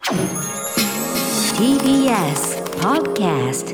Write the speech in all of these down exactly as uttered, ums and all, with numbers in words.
ティービーエス Podcast。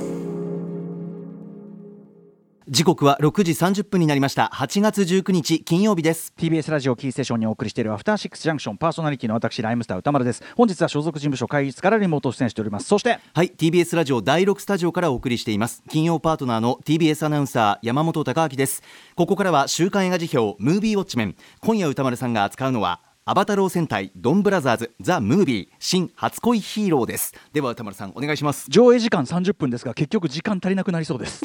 時刻はろくじさんじゅっぷんになりました。はちがつじゅうくにち金曜日です。 ティービーエス ラジオキーステーションにお送りしているアフターシックスジャンクション、パーソナリティの私ライムスター歌丸です。本日は所属事務所会議室からリモート出演しております。そしてはい ティービーエス ラジオだいろくスタジオからお送りしています。金曜パートナーの ティービーエス アナウンサー山本貴明です。ここからは週刊映画辞表ムービーウォッチメン。今夜歌丸さんが扱うのはアバタロー戦隊ドンブラザーズザ・ムービー新初恋ヒーローです。では歌丸さんお願いします。 上映時間さんじゅっぷんですが結局時間足りなくなりそうです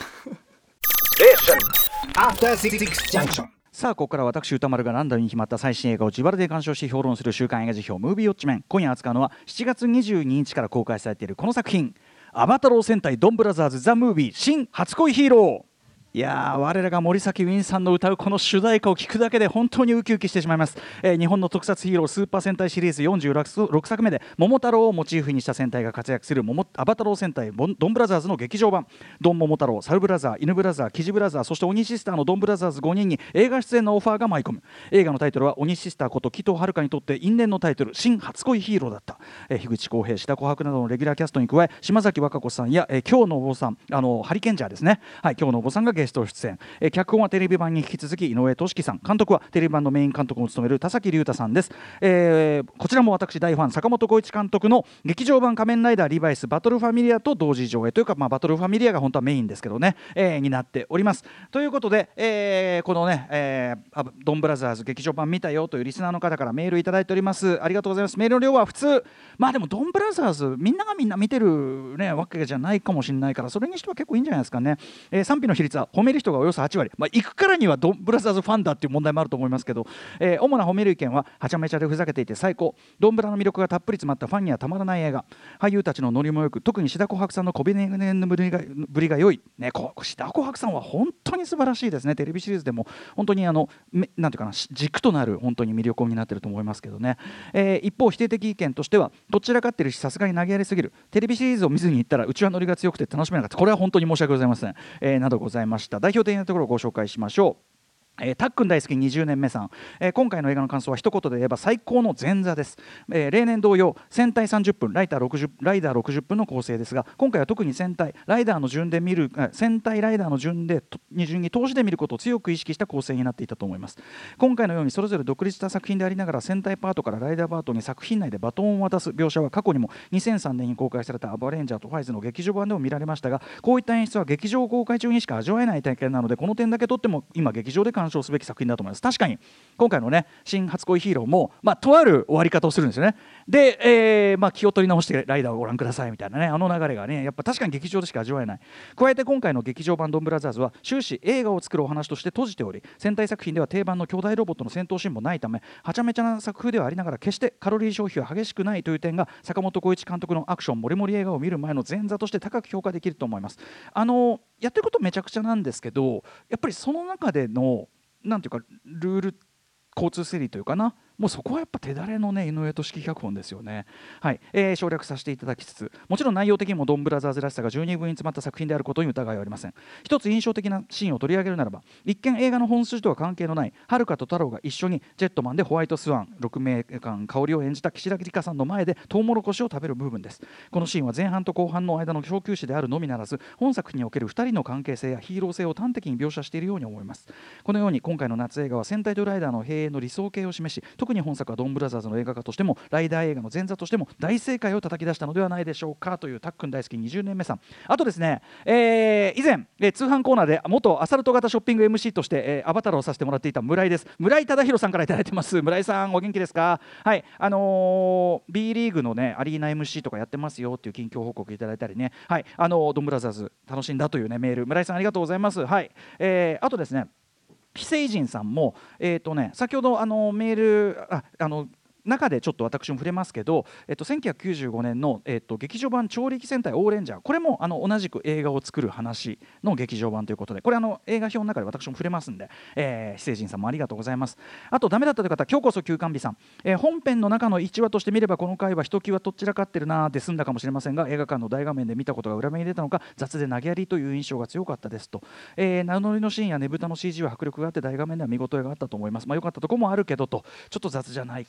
さあここから私歌丸がランダムに決まった最新映画を自腹で鑑賞し評論する週刊映画辞表ムービーウォッチメン。今夜扱うのはしちがつにじゅうににちから公開されているこの作品、アバタロー戦隊ドンブラザーズザ・ムービー新初恋ヒーロー。いやー、我らが森崎ウィンさんの歌うこの主題歌を聴くだけで本当にウキウキしてしまいます、えー、日本の特撮ヒーロースーパー戦隊シリーズよんじゅうろくさくめで桃太郎をモチーフにした戦隊が活躍する桃アバタロー戦隊ドンブラザーズの劇場版。ドン桃太郎、サルブラザー、犬ブラザー、キジブラザー、そして鬼シスターのドンブラザーズごにんに映画出演のオファーが舞い込む。映画のタイトルは鬼シスターこと紀藤遥にとって因縁のタイトル新初恋ヒーローだった、えー、樋口浩平、志田琥珀などのレギュラーキャストに加え島崎和歌子さんや、えー、京野お坊さん、あのハリケンジャーですね、はい、京野お坊さんがゲスト出演。えー脚本はテレビ版に引き続き井上俊樹さん、監督はテレビ版のメイン監督を務める田崎隆太さんです、えー、こちらも私大ファン坂本浩一監督の劇場版仮面ライダーリバイスバトルファミリアと同時上映というか、まあ、バトルファミリアが本当はメインですけどね、えー、になっております。ということで、えー、このね、えー、ドンブラザーズ劇場版見たよというリスナーの方からメールいただいております。ありがとうございます。メールの量は普通、まあでもドンブラザーズみんながみんな見てる、ね、わけじゃないかもしれないから、それにしては結構いいんじゃないですかね、えー、賛否の比率は褒める人がおよそはちわり、まあ、行くからにはドンブラザーズファンだっていう問題もあると思いますけど、えー、主な褒める意見ははちゃめちゃでふざけていて最高、ドンブラの魅力がたっぷり詰まったファンにはたまらない映画、俳優たちのノリもよく特に志田琥珀さんの小舟のぶりがぶりが良い、ね、こ志田琥珀さんは本当に素晴らしいですね。テレビシリーズでも本当にあのなんていうかな軸となる本当に魅力になっていると思いますけどね、えー、一方否定的意見としてはどちらかってるしさすがに投げやりすぎる、テレビシリーズを見ずに行ったらうちはノリが強くて楽しめなかった、これは本当に申し訳ございません、えー、などございました。代表的なところをご紹介しましょう。えー、たっくん大好きにじゅうねんめさん、えー、今回の映画の感想は一言で言えば最高の前座です、えー、例年同様戦隊さんじゅっぷんライダーろくじゅうライダーろくじゅっぷんの構成ですが、今回は特に戦隊ライダーの順で見る戦隊ライダーの順で順に通しで見ることを強く意識した構成になっていたと思います。今回のようにそれぞれ独立した作品でありながら戦隊パートからライダーパートに作品内でバトンを渡す描写は過去にもにせんさんねんに公開されたアバレンジャーとファイズの劇場版でも見られましたが、こういった演出は劇場公開中にしか味わえない体験なので、この点だけとっても今劇場で鑑賞すべき作品だと思います。確かに今回のね新初恋ヒーローも、まあ、とある終わり方をするんですよね。で、えーまあ、気を取り直してライダーをご覧くださいみたいなね、あの流れがねやっぱ確かに劇場でしか味わえない。加えて今回の劇場版ドンブラザーズは終始映画を作るお話として閉じており、戦隊作品では定番の巨大ロボットの戦闘シーンもないためはちゃめちゃな作風ではありながら決してカロリー消費は激しくないという点が坂本浩一監督のアクションモリモリ映画を見る前の前座として高く評価できると思います。あのやってることめちゃくちゃなんですけど、やっぱりその中でのなんていうかルール交通整理というかな、もうそこはやっぱ手だれのね井上俊樹脚本ですよね。はい、えー、省略させていただきつつ、もちろん内容的にもドンブラザーズらしさが十二分に詰まった作品であることに疑いはありません。一つ印象的なシーンを取り上げるならば、一見映画の本筋とは関係のない遥と太郎が一緒にジェットマンでホワイトスワン鹿鳴館香織を演じた岸田理香さんの前でトウモロコシを食べる部分です。このシーンは前半と後半の間の小休止であるのみならず、本作におけるふたりの関係性やヒーロー性を端的に描写しているように思います。このように今回の夏映画は戦隊とライダーの並営の理想形を示し、特に本作はドンブラザーズの映画化としてもライダー映画の前座としても大正解を叩き出したのではないでしょうかというたっくん大好きにじゅうねんめさん。あとですね、えー、以前、えー、通販コーナーで元アサルト型ショッピング エムシー として、えー、アバタロをさせてもらっていた村井です。村井忠宏さんからいただいてます。村井さんお元気ですか。はい、あのー、B リーグのねアリーナ エムシー とかやってますよっていう近況報告いただいたりね、はい、あのー、ドンブラザーズ楽しんだというねメール、村井さんありがとうございます。はい、えー、あとですね非成人さんも、えーとね、先ほどあのメールああの中でちょっと私も触れますけど、えっと、せんきゅうひゃくきゅうじゅうごねんの、えっと、劇場版超力戦隊オーレンジャー、これもあの同じく映画を作る話の劇場版ということで、これあの映画表の中で私も触れますんで、えー、非成人さんもありがとうございます。あとダメだったという方、今日こそ休館日さん、えー、本編の中のいちわとして見ればこの回はひときわとっちらかってるなーで済んだかもしれませんが、映画館の大画面で見たことが裏目に出たのか雑で投げやりという印象が強かったですと、えー、名乗りのシーンやねぶたの シージー は迫力があって大画面では見応えがあったと思います。まあ良かったところもあるけどと、ちょっと雑じゃないかというような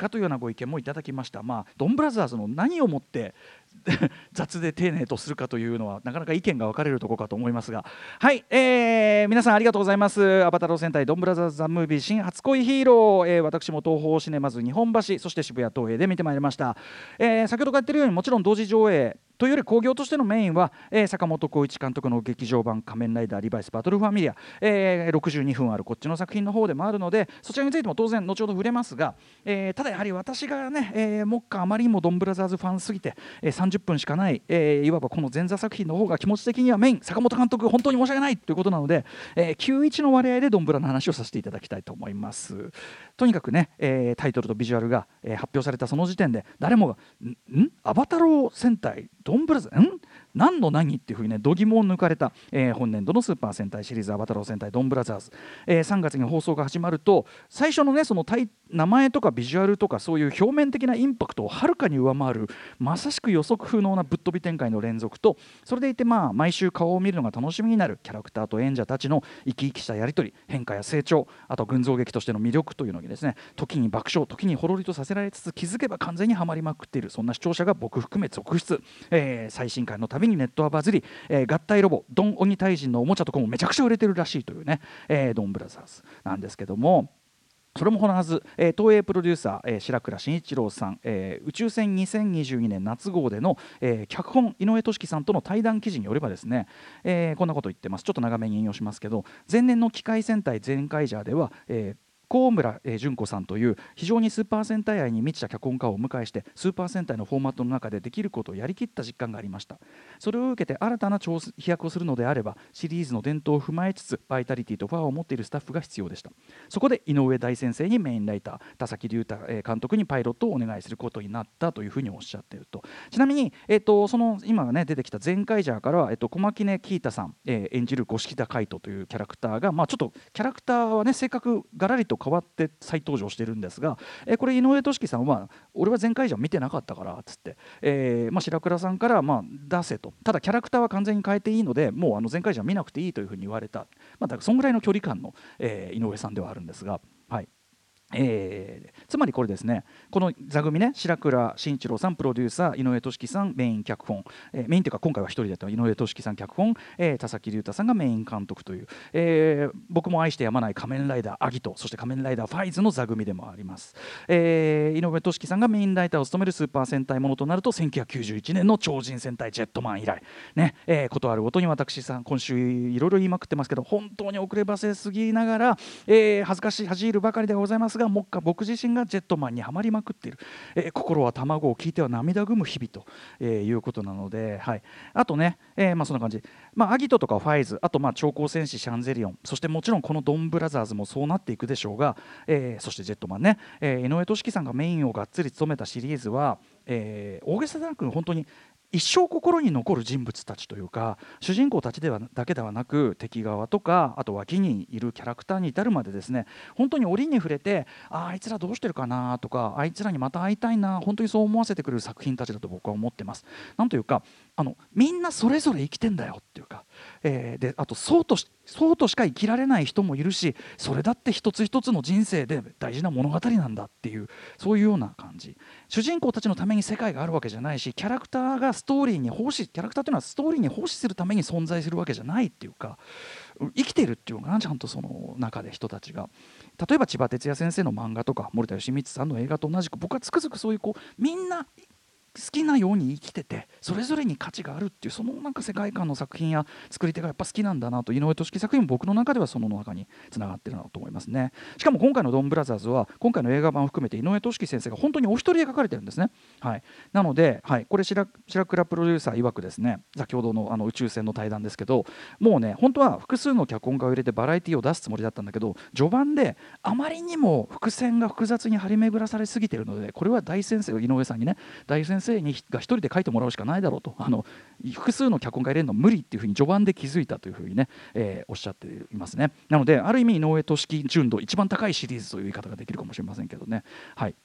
ご意見もいただきました。まあ、ドンブラザーズの何をもって雑で丁寧とするかというのはなかなか意見が分かれるところかと思いますが、はい、えー、皆さんありがとうございます。アバタロー戦隊ドンブラザーズ・ザ・ムービー新初恋ヒーロー、えー、私も東宝シネマズ日本橋、そして渋谷東映で見てまいりました。えー、先ほどから言ってるようにもちろん同時上映というより興行としてのメインは、えー、坂本浩一監督の劇場版仮面ライダーリバイスバトルファミリア、えー、ろくじゅうにふんあるこっちの作品の方でもあるので、そちらについても当然後ほど触れますが、えー、ただやはり私がね、えー、目下あまりにもドンブラザーズファンすぎて、えー、さんじゅっぷんしかない、えー、いわばこの前座作品の方が気持ち的にはメイン坂本監督本当に申し訳ないということなので、えー、きゅういちの割合でドンブラの話をさせていただきたいと思います。とにかくね、えー、タイトルとビジュアルが、えー、発表されたその時点で誰もがんんアバタロー戦隊ドンブラザーん何の何っていうふうにね度肝を抜かれた、えー、本年度のスーパー戦隊シリーズアバタロー戦隊ドンブラザーズ、えー、さんがつに放送が始まると最初のねその名前とかビジュアルとかそういう表面的なインパクトをはるかに上回るまさしく予測不能なぶっ飛び展開の連続と、それでいてまあ毎週顔を見るのが楽しみになるキャラクターと演者たちの生き生きしたやり取り、変化や成長、あと群像劇としての魅力というのにですね、時に爆笑時にほろりとさせられつつ気づけば完全にはまりまくっている、そんな視聴者が僕含め続出、えー、最新回のたびにネットはバズり、えー、合体ロボドン鬼退治のおもちゃとかもめちゃくちゃ売れてるらしいというね、えー、ドンブラザーズなんですけども、それもこのはず、えー、東映プロデューサー、えー、白倉慎一郎さん、えー、宇宙船にせんにじゅうにねん夏号での、えー、脚本井上俊樹さんとの対談記事によればですね、えー、こんなこと言ってます。ちょっと長めに引用しますけど、前年の機械戦隊ゼンカイジャーでは、えー高村純子さんという非常にスーパー戦隊愛に満ちた脚本家をお迎えしてスーパー戦隊のフォーマットの中でできることをやりきった実感がありました。それを受けて新たな飛躍をするのであればシリーズの伝統を踏まえつつバイタリティとパワーを持っているスタッフが必要でした。そこで井上大先生にメインライター田崎隆太監督にパイロットをお願いすることになったというふうにおっしゃっていると。ちなみに、えー、とその今が、ね、出てきたゼンカイジャーからは、えー、と小牧根キータさん、えー、演じる五色田海斗というキャラクターが、まあ、ちょっとキャラクターはね性格がらりと変わって再登場してるんですが、えー、これ井上俊樹さんは俺は前回じゃ見てなかったからっつって、えーまあ、白倉さんからまあ出せと、ただキャラクターは完全に変えていいのでもうあの前回じゃ見なくていいというふうに言われた、まあ、だからそんぐらいの距離感の、えー、井上さんではあるんですが、はいえー、つまりこれですね、この座組ね、白倉慎一郎さんプロデューサー、井上俊樹さんメイン脚本、えー、メインというか今回は一人だった井上俊樹さん脚本、えー、田崎隆太さんがメイン監督という、えー、僕も愛してやまない仮面ライダーアギト、そして仮面ライダーファイズの座組でもあります、えー、井上俊樹さんがメインライターを務めるスーパー戦隊ものとなるとせんきゅうひゃくきゅうじゅういちねんの超人戦隊ジェットマン以来ね、えー、ことあるごとに私さん今週いろいろ言いまくってますけど本当に遅ればせすぎながら、えー、恥ずかしい恥じ入るばかりでございますが、もっか僕自身がジェットマンにはまりまくっている、えー、心は卵を聞いては涙ぐむ日々と、えー、いうことなので、はい、あとね、えー、まあそんな感じ、まあ、アギトとかファイズ、あとまあ超高戦士シャンゼリオン、そしてもちろんこのドンブラザーズもそうなっていくでしょうが、えー、そしてジェットマンね、えー、井上俊樹さんがメインをがっつり務めたシリーズは、えー、大げさでなく本当に一生心に残る人物たちというか、主人公たちではだけではなく敵側とかあと脇にいるキャラクターに至るまでですね、本当に折に触れて あ, あいつらどうしてるかなとか、あいつらにまた会いたいな、本当にそう思わせてくれる作品たちだと僕は思ってます。なんというかあのみんなそれぞれ生きてんだよっていうか、えー、であとそうとしそうとしか生きられない人もいるし、それだって一つ一つの人生で大事な物語なんだっていう、そういうような感じ。主人公たちのために世界があるわけじゃないし、キャラクターがストーリーに奉仕キャラクターというのはストーリーに奉仕するために存在するわけじゃないっていうか、生きてるっていうのかな、ちゃんとその中で人たちが。例えば千葉哲也先生の漫画とか森田義満さんの映画と同じく、僕はつくづくそういうこうみんな好きなように生きててそれぞれに価値があるっていう、そのなんか世界観の作品や作り手がやっぱ好きなんだなと、井上俊樹作品も僕の中ではその中につながってるなと思いますね。しかも今回のドンブラザーズは今回の映画版を含めて井上俊樹先生が本当にお一人で書かれてるんですね、はい、なので、はい、これ白倉プロデューサー曰くですね、先ほど の, あの宇宙船の対談ですけど、もうね本当は複数の脚本家を入れてバラエティを出すつもりだったんだけど、序盤であまりにも伏線が複雑に張り巡らされすぎているので、これは大先生井上さんにね大先生先生にが一人で書いてもらうしかないだろうと、あの複数の脚本家入れるのは無理っていうふうに序盤で気づいたというふうにね、えー、おっしゃっていますね。なのである意味井上俊樹純度一番高いシリーズという言い方ができるかもしれませんけどね、はい。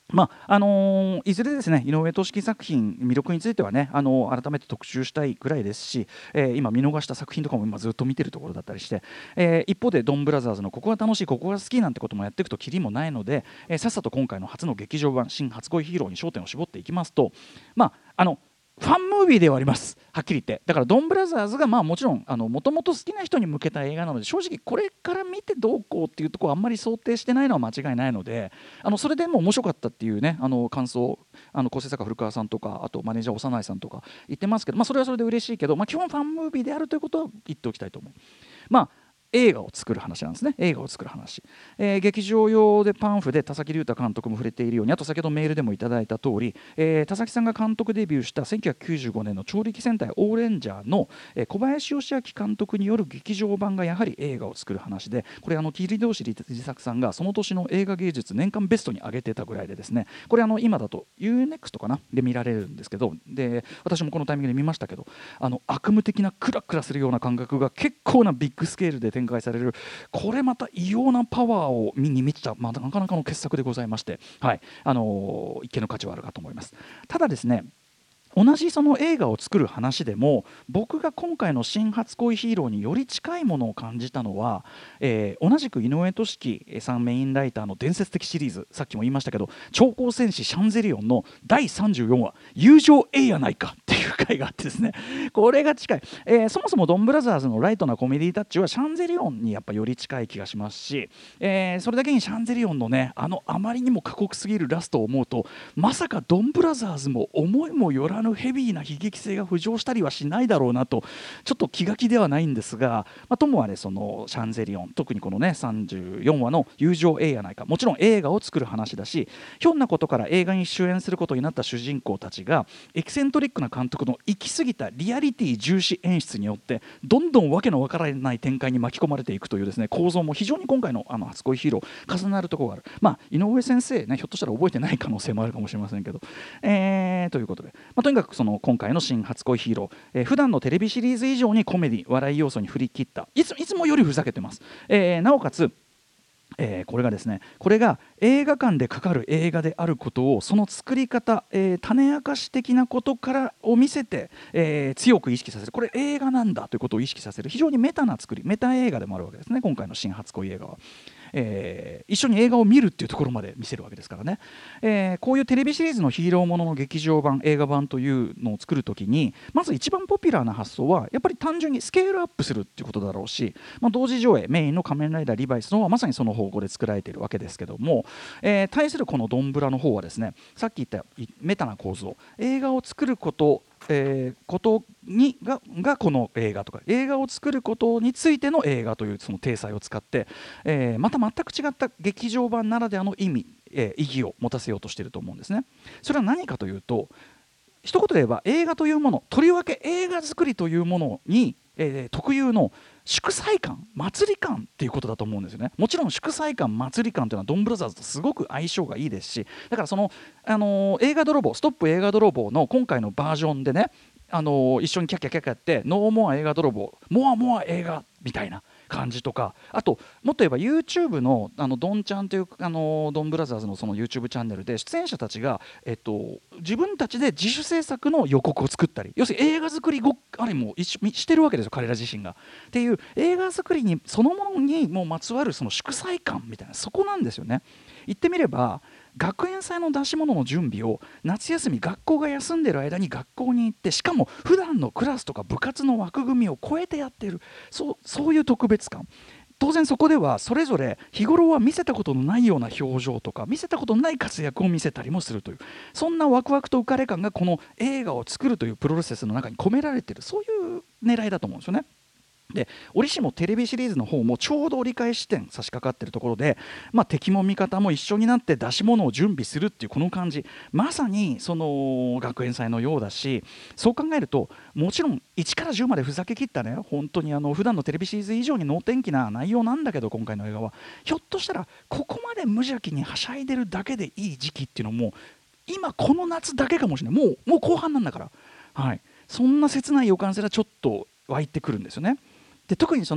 まああのー、いずれですね井上俊樹作品魅力についてはね、あのー、改めて特集したいくらいですし、えー、今見逃した作品とかも今ずっと見てるところだったりして、えー、一方でドンブラザーズのここが楽しいここが好きなんてこともやっていくとキリもないので、えー、さっさと今回の初の劇場版新初恋ヒーローに焦点を絞っていきますと、まああのファンムービーではあります、はっきり言って。だからドンブラザーズがまあもちろんもともと好きな人に向けた映画なので、正直これから見てどうこうっていうところはあんまり想定してないのは間違いないので、あのそれでも面白かったっていうねあの感想、あの構成作家古川さんとかあとマネージャー長内さんとか言ってますけど、まあ、それはそれで嬉しいけど、まあ、基本ファンムービーであるということは言っておきたいと思う。まあ映画を作る話なんですね。映画を作る話、えー、劇場用でパンフで田崎龍太監督も触れているように、あと先ほどメールでもいただいた通り、えー、田崎さんが監督デビューしたせんきゅうひゃくきゅうじゅうごねんの超力戦隊オーレンジャーの、えー、小林義明監督による劇場版がやはり映画を作る話で、これあの桐堂氏自作さんがその年の映画芸術年間ベストに上げてたぐらいでですね、これあの今だと ユーネクスト かなで見られるんですけど、で私もこのタイミングで見ましたけど、あの悪夢的なクラクラするような感覚が結構なビッグスケールで展開される、これまた異様なパワーを見に満ちた、まあ、なかなかの傑作でございまして、はい、あのー、一見の価値はあるかと思います。ただですね、同じその映画を作る話でも僕が今回の新初恋ヒーローにより近いものを感じたのは、えー、同じく井上俊樹さんメインライターの伝説的シリーズ、さっきも言いましたけど超高戦士シャンゼリオンのだいさんじゅうよんわ友情ええやないかっていう回があってですね、これが近い、えー、そもそもドンブラザーズのライトなコメディタッチはシャンゼリオンにやっぱより近い気がしますし、えー、それだけにシャンゼリオンのねあのあまりにも過酷すぎるラストを思うと、まさかドンブラザーズも思いもよらぬヘビーな悲劇性が浮上したりはしないだろうなと、ちょっと気が気ではないんですが、まあ、ともあれそのシャンゼリオン、特にこのねさんじゅうよんわの友情ええやないか、もちろん映画を作る話だし、ひょんなことから映画に主演することになった主人公たちがエキセントリックな監督の行き過ぎたリアリティ重視演出によってどんどんわけのわからない展開に巻き込まれていくというですね構造も非常に今回のあの初恋ヒーロー重なるところがある。まあ井上先生ね、ひょっとしたら覚えてない可能性もあるかもしれませんけど、えー、ということで、まあ、とにかくその今回の新初恋ヒーロー、えー、普段のテレビシリーズ以上にコメディ笑い要素に振り切った、いつ、いつもよりふざけてます、えー、なおかつえー、これがですねこれが映画館でかかる映画であることをその作り方、えー、種明かし的なことからを見せて、えー、強く意識させる、これ映画なんだということを意識させる非常にメタな作り、メタ映画でもあるわけですね今回の新初恋映画は。えー、一緒に映画を見るっていうところまで見せるわけですからね、えー、こういうテレビシリーズのヒーローものの劇場版映画版というのを作るときにまず一番ポピュラーな発想はやっぱり単純にスケールアップするっていうことだろうし、まあ、同時上映メインの仮面ライダーリバイスの方はまさにその方向で作られているわけですけども、えー、対するこのドンブラの方はですね、さっき言ったメタな構造、映画を作ることえー、ことに が, がこの映画とか映画を作ることについての映画というその体裁を使って、えー、また全く違った劇場版ならではの意味、えー、意義を持たせようとしていると思うんですね。それは何かというと、一言で言えば映画というもの、とりわけ映画作りというものに、えー、特有の祝祭感、祭り感っていうことだと思うんですよね。もちろん祝祭感、祭り感というのはドンブラザーズとすごく相性がいいですし、だからその、あのー、映画泥棒ストップ映画泥棒の今回のバージョンでね、あのー、一緒にキャッキャキャッキャやってノーモア映画泥棒モアモア映画みたいな感じとか、あともっと言えば YouTube の, あのドンちゃんというあのドンブラザーズのその YouTube チャンネルで出演者たちが、えっと、自分たちで自主制作の予告を作ったり、要するに映画作りごあれも一緒してるわけですよ彼ら自身が。っていう映画作りにそのものにもうまつわるその祝祭感みたいな、そこなんですよね。言ってみれば学園祭の出し物の準備を夏休み学校が休んでる間に学校に行って、しかも普段のクラスとか部活の枠組みを超えてやっている、そう、そういう特別感。当然そこではそれぞれ日頃は見せたことのないような表情とか見せたことのない活躍を見せたりもするという、そんなワクワクと浮かれ感がこの映画を作るというプロセスの中に込められている、そういう狙いだと思うんですよね。で折しもテレビシリーズの方もちょうど折り返し点差し掛かっているところで、まあ、敵も味方も一緒になって出し物を準備するっていうこの感じ、まさにその学園祭のようだし、そう考えるともちろんいちからじゅうまでふざけきったね、本当にあの普段のテレビシリーズ以上に能天気な内容なんだけど、今回の映画はひょっとしたらここまで無邪気にはしゃいでるだけでいい時期っていうのも今この夏だけかもしれない。もう、もう後半なんだから、はい、そんな切ない予感すらちょっと湧いてくるんですよね。で特にその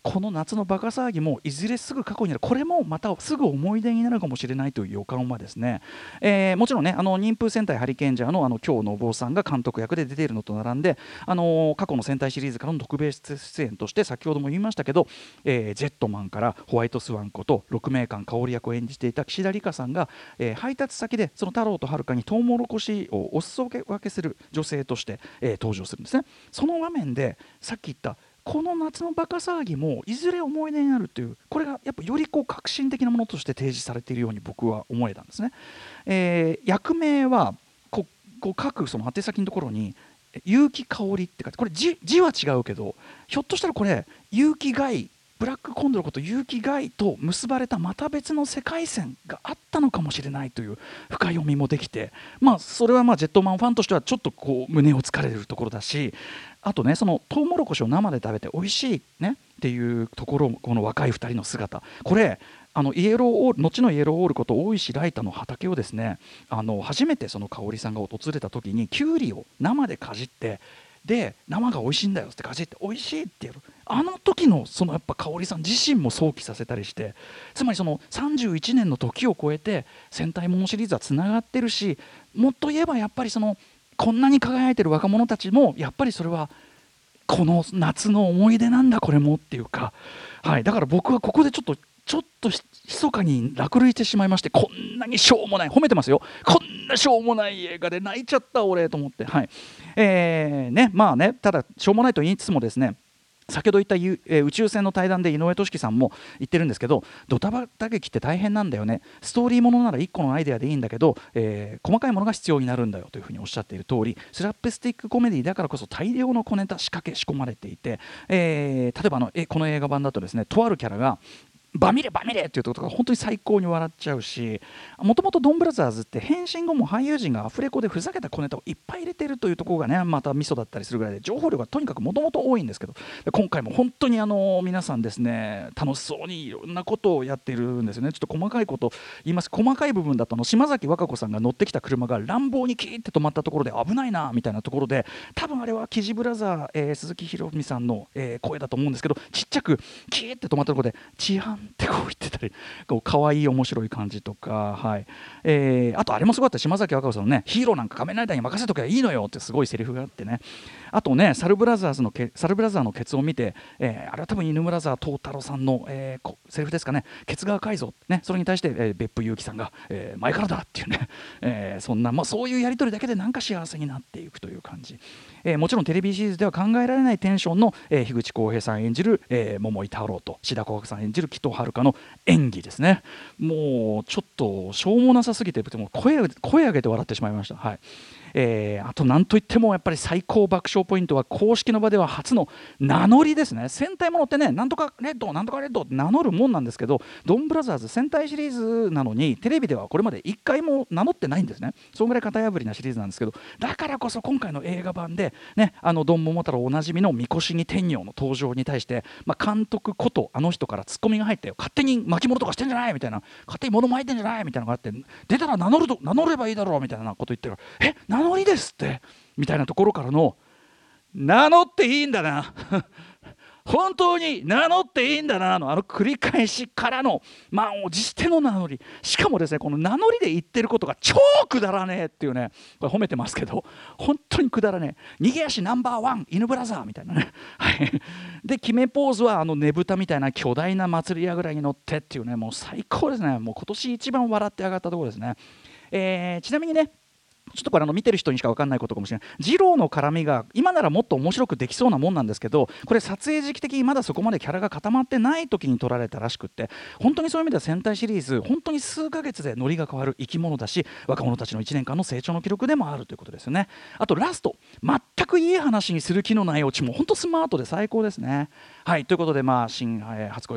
この夏のバカ騒ぎもいずれすぐ過去になる、これもまたすぐ思い出になるかもしれないという予感はですね、えー、もちろんねあの忍風戦隊ハリケーンジャーのあの京信夫さんが監督役で出ているのと並んで、あのー、過去の戦隊シリーズからの特別出演として先ほども言いましたけど、えー、ジェットマンからホワイトスワンこと鹿鳴館香織役を演じていた岸田理香さんが、えー、配達先でその太郎と遥にトウモロコシをお裾分けする女性として、えー、登場するんですね。その場面でさっき言ったこの夏のバカ騒ぎもいずれ思い出になるという、これがやっぱよりこう革新的なものとして提示されているように僕は思えたんですね。えー、役名はここう各その宛先のところに結城香織って書いて、これ 字, 字は違うけどひょっとしたらこれ結城凱ブラックコンドルこと結城凱と結ばれたまた別の世界線があったのかもしれないという深読みもできて、まあそれはまあジェットマンファンとしてはちょっとこう胸をつかれるところだし、あとねそのトウモロコシを生で食べて美味しいねっていうところ、この若いふたりの姿、これあのイエローオール後のイエローオールこと大石ライタの畑をですね、あの初めてその香織さんが訪れた時にキュウリを生でかじって、で生が美味しいんだよってかじって美味しいってやる、あの時のそのやっぱ香織さん自身も想起させたりして、つまりそのさんじゅういちねんの時を超えて戦隊ものシリーズはつながってるし、もっと言えばやっぱりそのこんなに輝いてる若者たちもやっぱりそれはこの夏の思い出なんだこれもっていうか、はい、だから僕はここでちょっとちょっと密かに落涙してしまいまして、こんなにしょうもない、褒めてますよ、こんなしょうもない映画で泣いちゃった俺と思って、はい、えー、ねまあね、ただしょうもないと言いつつもですね、先ほど言った、えー、宇宙船の対談で井上俊樹さんも言ってるんですけど、ドタバタ劇って大変なんだよね、ストーリーものならいっこのアイデアでいいんだけど、えー、細かいものが必要になるんだよというふうにおっしゃっている通り、スラップスティックコメディだからこそ大量の小ネタ仕掛け仕込まれていて、えー、例えばあのえこの映画版だとですね、とあるキャラがバミレバミレっていうところが本当に最高に笑っちゃうし、もともとドンブラザーズって変身後も俳優陣がアフレコでふざけた小ネタをいっぱい入れてるというところがねまたミソだったりするぐらいで、情報量がとにかくもともと多いんですけど、今回も本当にあの皆さんですね楽しそうにいろんなことをやっているんですよね。ちょっと細かいこと言います。細かい部分だとあの島崎和歌子さんが乗ってきた車が乱暴にキーって止まったところで危ないなみたいなところで、多分あれはキジブラザー、えー、鈴木宏美さんの、えー、声だと思うんですけど、ちっちゃくキーって止まったところで治安ってこう言ってたり、こう可愛い面白い感じとか、はい、えー、あとあれもすごかった、島崎和歌子さんのね、ヒーローなんか仮面ライダーに任せとけばいいのよってすごいセリフがあってね、あとねサルブラザーズのけサルブラザーのケツを見て、えー、あれは多分犬村沢藤太郎さんの、えー、セリフですかね、ケツが赤いぞ、ね、それに対して、えー、別府勇樹さんが、えー、前からだっていうね、えー、そんな、まあ、そういうやり取りだけでなんか幸せになっていくという感じ、えー、もちろんテレビシリーズでは考えられないテンションの、えー、樋口浩平さん演じる、えー、桃井太郎と志田幸格さん演じる紀藤遥の演技ですね。もうちょっとしょうもなさすぎてもう 声, 声上げて笑ってしまいました。はい、えー、あと何といってもやっぱり最高爆笑ポイントは公式の場では初の名乗りですね。戦隊ものってね、なんとかレッドなんとかレッドって名乗るもんなんですけど、ドンブラザーズ戦隊シリーズなのにテレビではこれまでいっかいも名乗ってないんですね。そのぐらい型破りなシリーズなんですけど、だからこそ今回の映画版で、ね、あのドン桃太郎おなじみのみこしに天女の登場に対して、まあ、監督ことあの人からツッコミが入って、勝手に巻物とかしてんじゃないみたいな、勝手に物巻いてんじゃないみたいなのがあって、出たら名乗ると名乗ればいいだろうみたいなこと言ってるから、え名乗りですってみたいなところからの、名乗っていいんだな本当に名乗っていいんだなのあの繰り返しからの満を持しての名乗り、しかもですねこの名乗りで言ってることが超くだらねえっていうね、これ褒めてますけど本当にくだらねえ、逃げ足ナンバーワン犬ブラザーみたいなねはいで決めポーズはあのねぶたみたいな巨大な祭りやぐらいに乗ってっていうね、もう最高ですね。もう今年一番笑って上がったところですね。えー、ちなみにねちょっとこれあの見てる人にしか分かんないことかもしれない、二郎の絡みが今ならもっと面白くできそうなもんなんですけど、これ撮影時期的にまだそこまでキャラが固まってない時に撮られたらしくって、本当にそういう意味では戦隊シリーズ本当に数ヶ月でノリが変わる生き物だし、若者たちのいちねんかんの成長の記録でもあるということですよね。あとラスト全くいい話にする気のないオチも本当スマートで最高ですね。はい、ということで、まあ新、えー、初恋ね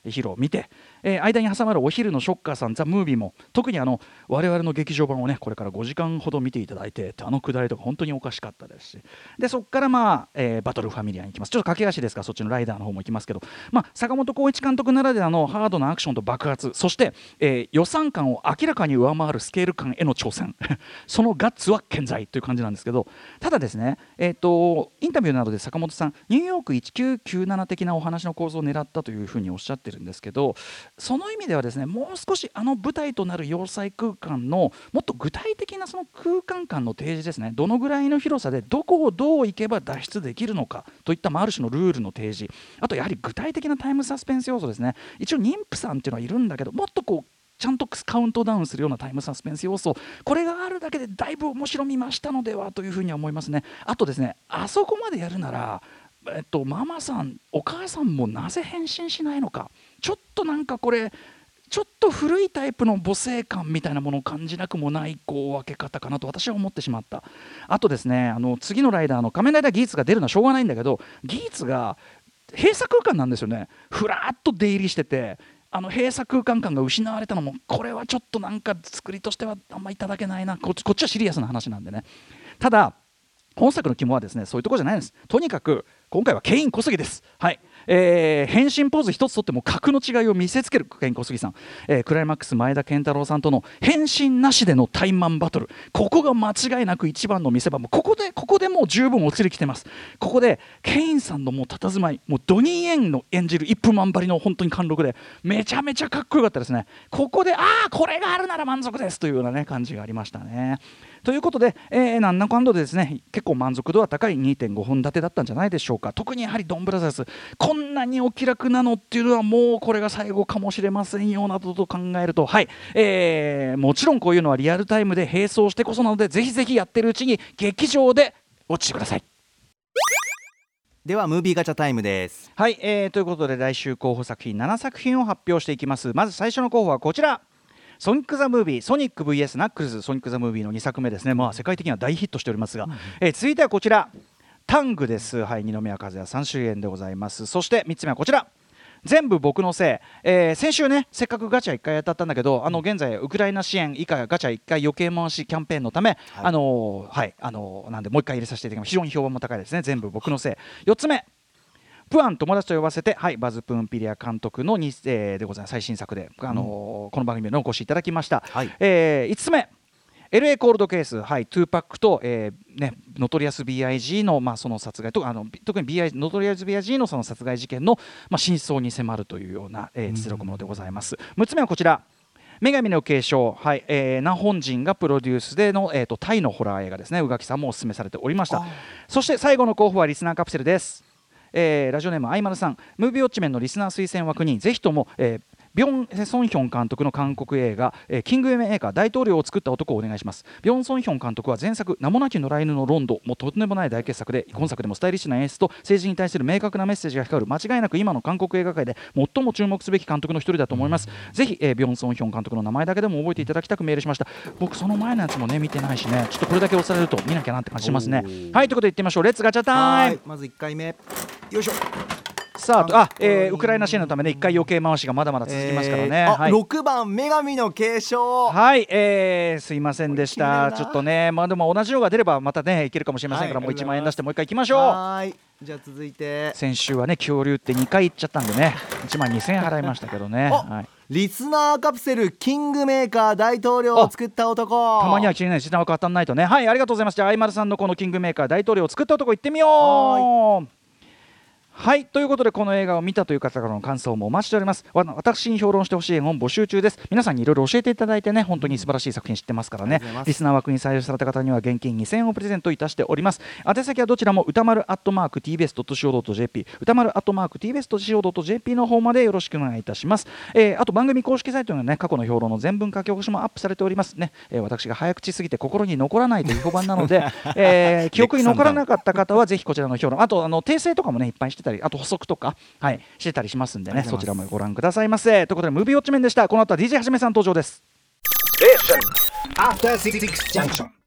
披露を見て、えー、間に挟まるお昼のショッカーさんザ・ムービーも特にあの我々の劇場版をねこれからごじかんほど見ていただいて、あのくだりとか本当におかしかったですし、でそこからまあ、えー、バトルファミリアに行きます。ちょっと駆け足ですがそっちのライダーの方も行きますけど、まあ、坂本浩一監督ならではのハードなアクションと爆発、そして、えー、予算感を明らかに上回るスケール感への挑戦そのガッツは健在という感じなんですけど、ただですね、えー、とインタビューなどで坂本さんニューヨークせんきゅうひゃくきゅうじゅうなな的なお話の構造を狙ったというふうにおっしゃってるんですけど、その意味ではですねもう少しあの舞台となる要塞空間のもっと具体的なその空間感の提示ですね、どのぐらいの広さでどこをどう行けば脱出できるのかといった、まあ、ある種のルールの提示、あとやはり具体的なタイムサスペンス要素ですね。一応妊婦さんっていうのはいるんだけど、もっとこうちゃんとカウントダウンするようなタイムサスペンス要素、これがあるだけでだいぶ面白みましたのではというふうには思いますね。あとですね、あそこまでやるならえっと、ママさんお母さんもなぜ変身しないのか、ちょっとなんかこれちょっと古いタイプの母性感みたいなものを感じなくもないこう分け方かなと私は思ってしまった。あとですね、あの次のライダーの仮面ライダーギーツが出るのはしょうがないんだけど、ギーツが閉鎖空間なんですよね。ふらっと出入りしてて、あの閉鎖空間感が失われたのもこれはちょっとなんか作りとしてはあんまいただけないな。こっち、こっちはシリアスな話なんでね。ただ本作の肝はですねそういうところじゃないんです。とにかく今回はケイン小杉です。はい、えー、変身ポーズ一つとっても格の違いを見せつけるケイン小杉さん、えー、クライマックス前田健太郎さんとの変身なしでのタイマンバトル、ここが間違いなく一番の見せ場。もここでここでもう十分お釣り来てます。ここでケインさんのもう佇まい、もうドニー・イエンの演じるイップマンばりの本当に貫禄でめちゃめちゃかっこよかったですね。ここでああこれがあるなら満足ですというような、ね、感じがありましたね。ということで、えー、なんだかんだでですね結構満足度は高い にてんご 本立てだったんじゃないでしょうか。特にやはりドンブラザーズこんなにお気楽なのっていうのはもうこれが最後かもしれませんよなどと考えると、はい、えー、もちろんこういうのはリアルタイムで並走してこそなのでぜひぜひやってるうちに劇場でウォッチしてください。 ではムービーガチャタイムです。 はい、えー、ということで来週候補作品ななさく品を発表していきます。まず最初の候補はこちら、ソニック・ザ・ムービー、ソニック ブイエス ナックルズ、ソニック・ザ・ムービーのにさくめですね。まあ世界的には大ヒットしておりますが、うん、えー、続いてはこちらタングです。はい、二宮和也さん主演でございます。そしてみっつめはこちら、全部僕のせい、えー、先週ねせっかくガチャいっかい当たったんだけど、あの現在ウクライナ支援以下ガチャいっかい余計回しキャンペーンのため、はい、あのー、はいあのー、なんでもういっかい入れさせていただきます。非常に評判も高いですね。全部僕のせい。よっつめ、プアン友達と呼ばせて、はい、バズ・プーンピリア監督のに、えー、でございます最新作で、あのーうん、この番組にお越しいただきました。はい、えー、いつつめ、エルエー コールドケース、はい、トゥーパックと、えーね、ノトリアス ビーアイジー の、まあ、その殺害とあの特に ビーアイ ノトリアス ビーアイジー のその殺害事件の、まあ、真相に迫るというような、えー、実録ものでございます。むっつめはこちら、女神の継承、はい、えー、ナホンジンがプロデュースでの、えーと、タイのホラー映画ですね。宇垣さんもお勧めされておりました。そして最後の候補はリスナーカプセルです。えー、ラジオネームあいまるさん、ムービーウォッチメンのリスナー推薦枠にぜひとも、えービョン・ソンヒョン監督の韓国映画、えー、キングメーカー大統領を作った男をお願いします。ビョン・ソンヒョン監督は前作名もなき野良犬のロンドもうとんでもない大傑作で、今作でもスタイリッシュな演出と政治に対する明確なメッセージが光る間違いなく今の韓国映画界で最も注目すべき監督の一人だと思います。ぜひ、えー、ビョン・ソンヒョン監督の名前だけでも覚えていただきたくメールしました。僕その前のやつもね見てないしね、ちょっとこれだけ押されると見なきゃなって感じしますね。はい、ということでいってみましょう。レッツガチャタイム。 まずいっかいめ、よいしょ。 さあ、あ、えー、ウクライナ支援のためねいっかい余計回しがまだまだ続きますからね、 えーあはい、 ろくばん女神の継承、 はい、えー、すいませんでした。ちょっとね、まあでも同じのが出ればまたねいけるかもしれませんから、はい、もういちまんえん出してもう一回いきましょう。 はい、じゃあ続いて先週はね恐竜ってにかい行っちゃったんでねいちまんにせんえん払いましたけどね、はい、 リスナーカプセルキングメーカー大統領を作った男、 たまには気になるリスナーを語らないとね。はい、ありがとうございます。じゃあアイマルさんのこのキングメーカー大統領を作った男行ってみよう。はい、ということでこの映画を見たという方からの感想もお待ちしております。私に評論してほしい絵本募集中です。皆さんにいろいろ教えていただいてね本当に素晴らしい作品知ってますからね。リスナー枠に採用された方には現金にせんえんをプレゼントいたしております。宛先はどちらも歌丸アットマーク ティービーエスドットシーオードットジェーピー 歌丸アットマーク ティービーエスドットシーオードットジェーピー の方までよろしくお願いいたします。えー、あと番組公式サイトにはね過去の評論の全文書き起こしもアップされておりますね。えー、私が早口すぎて心に残らないという評判なので、えー、記憶に残らなかった方はぜひこちらの評論、あとあの訂正とかもねいっぱいしてたり、あと補足とかはい、してたりしますんでね、そちらもご覧くださいませ。ということでムービーウォッチメンでした。この後は ディージェー はじめさん登場です。